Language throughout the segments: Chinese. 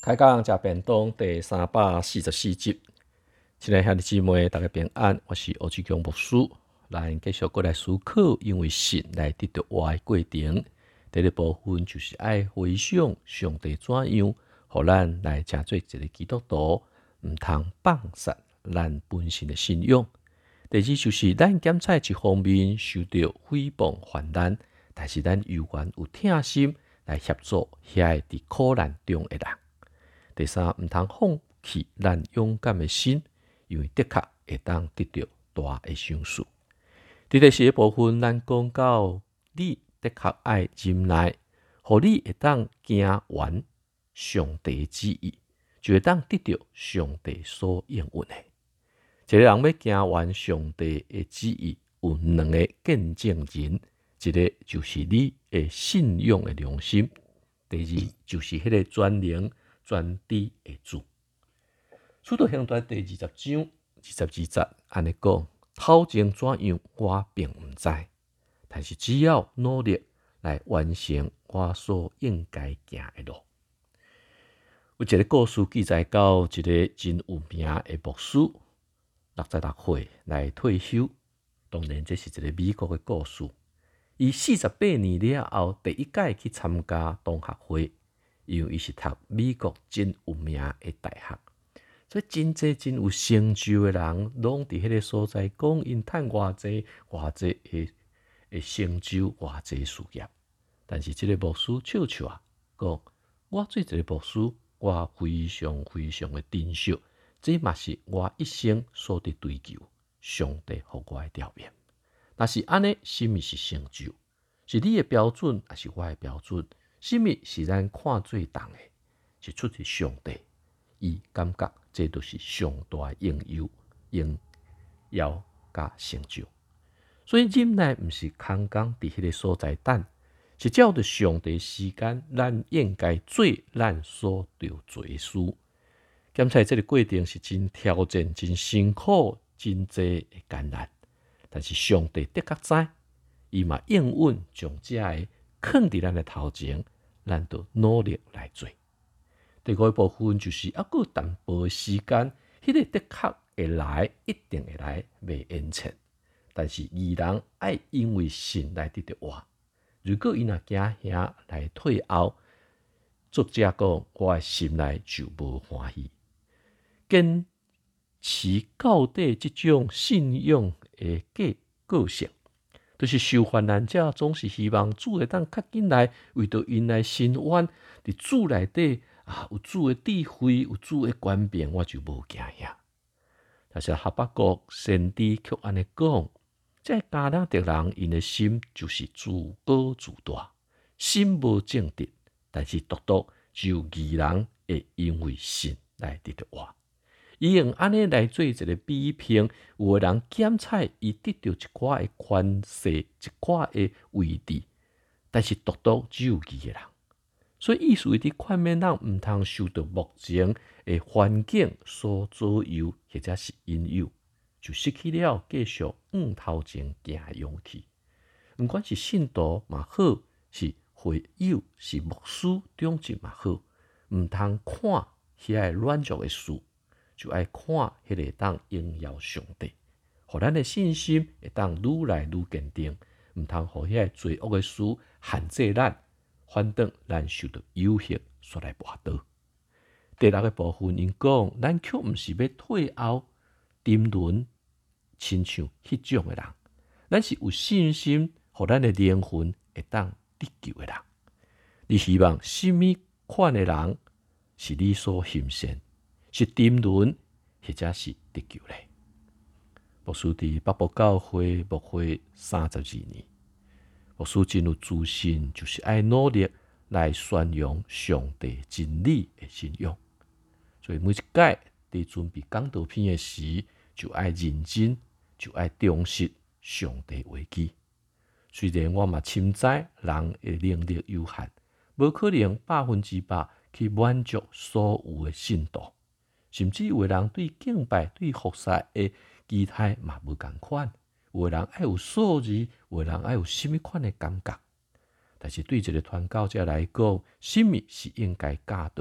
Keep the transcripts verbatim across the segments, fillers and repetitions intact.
开讲食便当第三百四十四集，亲爱兄弟姊妹，大家平安，我是欧志强牧师。咱继续过来思考，因为神来得到活的过程。第一部分就是爱回想上帝怎样，互咱来成做一个基督徒，毋通放散咱本身的信仰。第二就是咱检测一方面受到诽谤患难，但是咱犹原有疼心来协助遐个伫苦难中的人。第三，毋通放弃咱勇敢的心，因为的确会当得到大的赏赐。伫第四部分，咱讲到你的确爱忍耐，互你会当行完上帝的旨意，就会当得到上帝所应允的。一个人要行完上帝的旨意，有两个见证人，一个就是你的信仰的良心，第二就是迄个专灵专知的主。使徒行传第二十章二十二节安尼讲：头前怎样我并毋知，但是只要努力来完成我所应该行的路。有一个故事记载到一个真有名的牧师，六十六岁来退休。当然，这是一个美国的故事。伊四十八年了后，第一届去参加同学会。因为伊是读美国真有名的大学，所以真济真有成就的人，拢伫迄个所在讲因趁偌济偌济的的成就，偌济事业。但是即个牧师笑笑啊，讲我做一个牧师，我非常非常的珍惜，这嘛是我一生所伫追求上帝互我的条件。若是安尼，什么是成就？是你的标准，还是我的标准？什么是咱看最重的？是出自上帝，伊感觉这都是上大的应有、应要甲成就。所以忍耐毋是空工伫迄个所在等，是照着上帝时间，咱应该做咱所着做的事。检测这个过程是真挑战、真辛苦、真济的艰难，但是上帝的确知，伊嘛应允将这个放伫咱的头前。咱就努力来做。第五部分就是还佫淡薄的时间，迄、那个的确会来，一定会来，袂延迟。但是义人爱因为神来得到活。如果伊若惊遐来退后，作者讲我的心内就无欢喜。坚持到底这种信仰的个个性。就是受患难者总是希望主会当较紧来，为着因来伸冤，伫主内底啊，有主的智慧，有主的权柄，我就无惊遐。但是哈巴谷先知却安尼讲，这迦勒的人因的心就是自高自大，心无正直，但是独独只有义人会因为神来得到活。伊用安尼来做一个比拼，有的人检测伊得到一寡的权势，一寡的位置，但是独独只有伊个人。所以意思是伫劝勉人毋通受到目前的环境所左右，或者是引诱，就失去了继续往头前行的勇气。毋管是信徒嘛好，是会友，是牧师、长职嘛好，毋通看遐个软弱的事。就爱看迄个当荣耀上帝，互咱的信心会当愈来愈坚定，毋通互遐罪恶的事限制咱，反倒咱受到有限所来跋倒。第六个部分，因讲咱却毋是要退后、沉沦，亲像迄种的人，咱是有信心，互咱的灵魂会当得救的人。你希望什么款的人是你所欣赏？是沉沦，或者是得救咧。牧师伫北部教会牧会三十二年，牧师真有自信，就是爱努力来宣扬上帝真理的信仰。所以每一届伫准备讲道片的时，就爱认真，就爱重视上帝话语。虽然我嘛深知人的能力有限，无可能百分之百去满足所有的信徒。甚至有的人对敬拜、对服侍的期待嘛无共款，有的人爱有数字，有的人爱有什么款的感觉。但是对一个传教者来讲，什么是应该教导，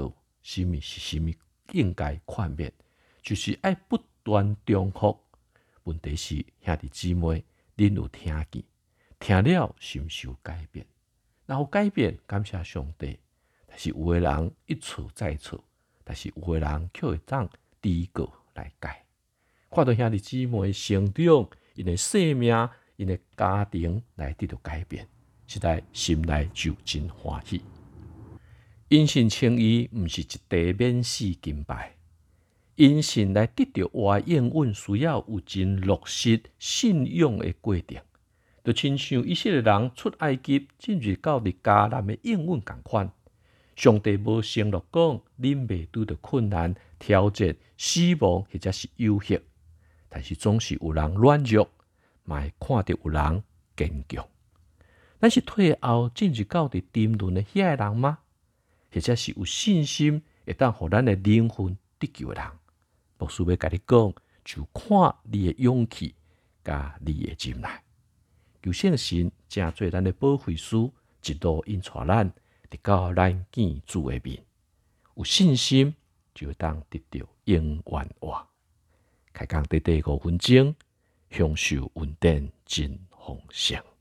什么是什么应该劝勉，就是爱不断重复。问题是兄弟姊妹，恁有听见？听了是毋是有改变？然后改变，感谢上帝。但是有的人一错再错，但是有的人却会当第一个来改。看到兄弟姊妹成长，因的生命、因的家庭来得到改变，实在心内就真欢喜。因信称义，毋是一地免死金牌。因信来得到活应允，需要有真落实信仰的过程，就亲像以色列人出埃及进入到伫迦南的应允共款。上帝无承诺讲，恁袂拄着困难、挑战、死亡或者是忧吓，但是总是有人软弱，嘛会看到有人坚强。咱是退后进入到伫沉沦的遐个人吗？或者是有信心会当互咱的灵魂得救的人？牧师要甲你讲，就看你的勇气，甲你的忍耐。求圣神正做咱的保惠师，一路引带咱，直到咱见主的面。有信心就当得到永远活。开讲短短五分钟，享受稳定真丰盛。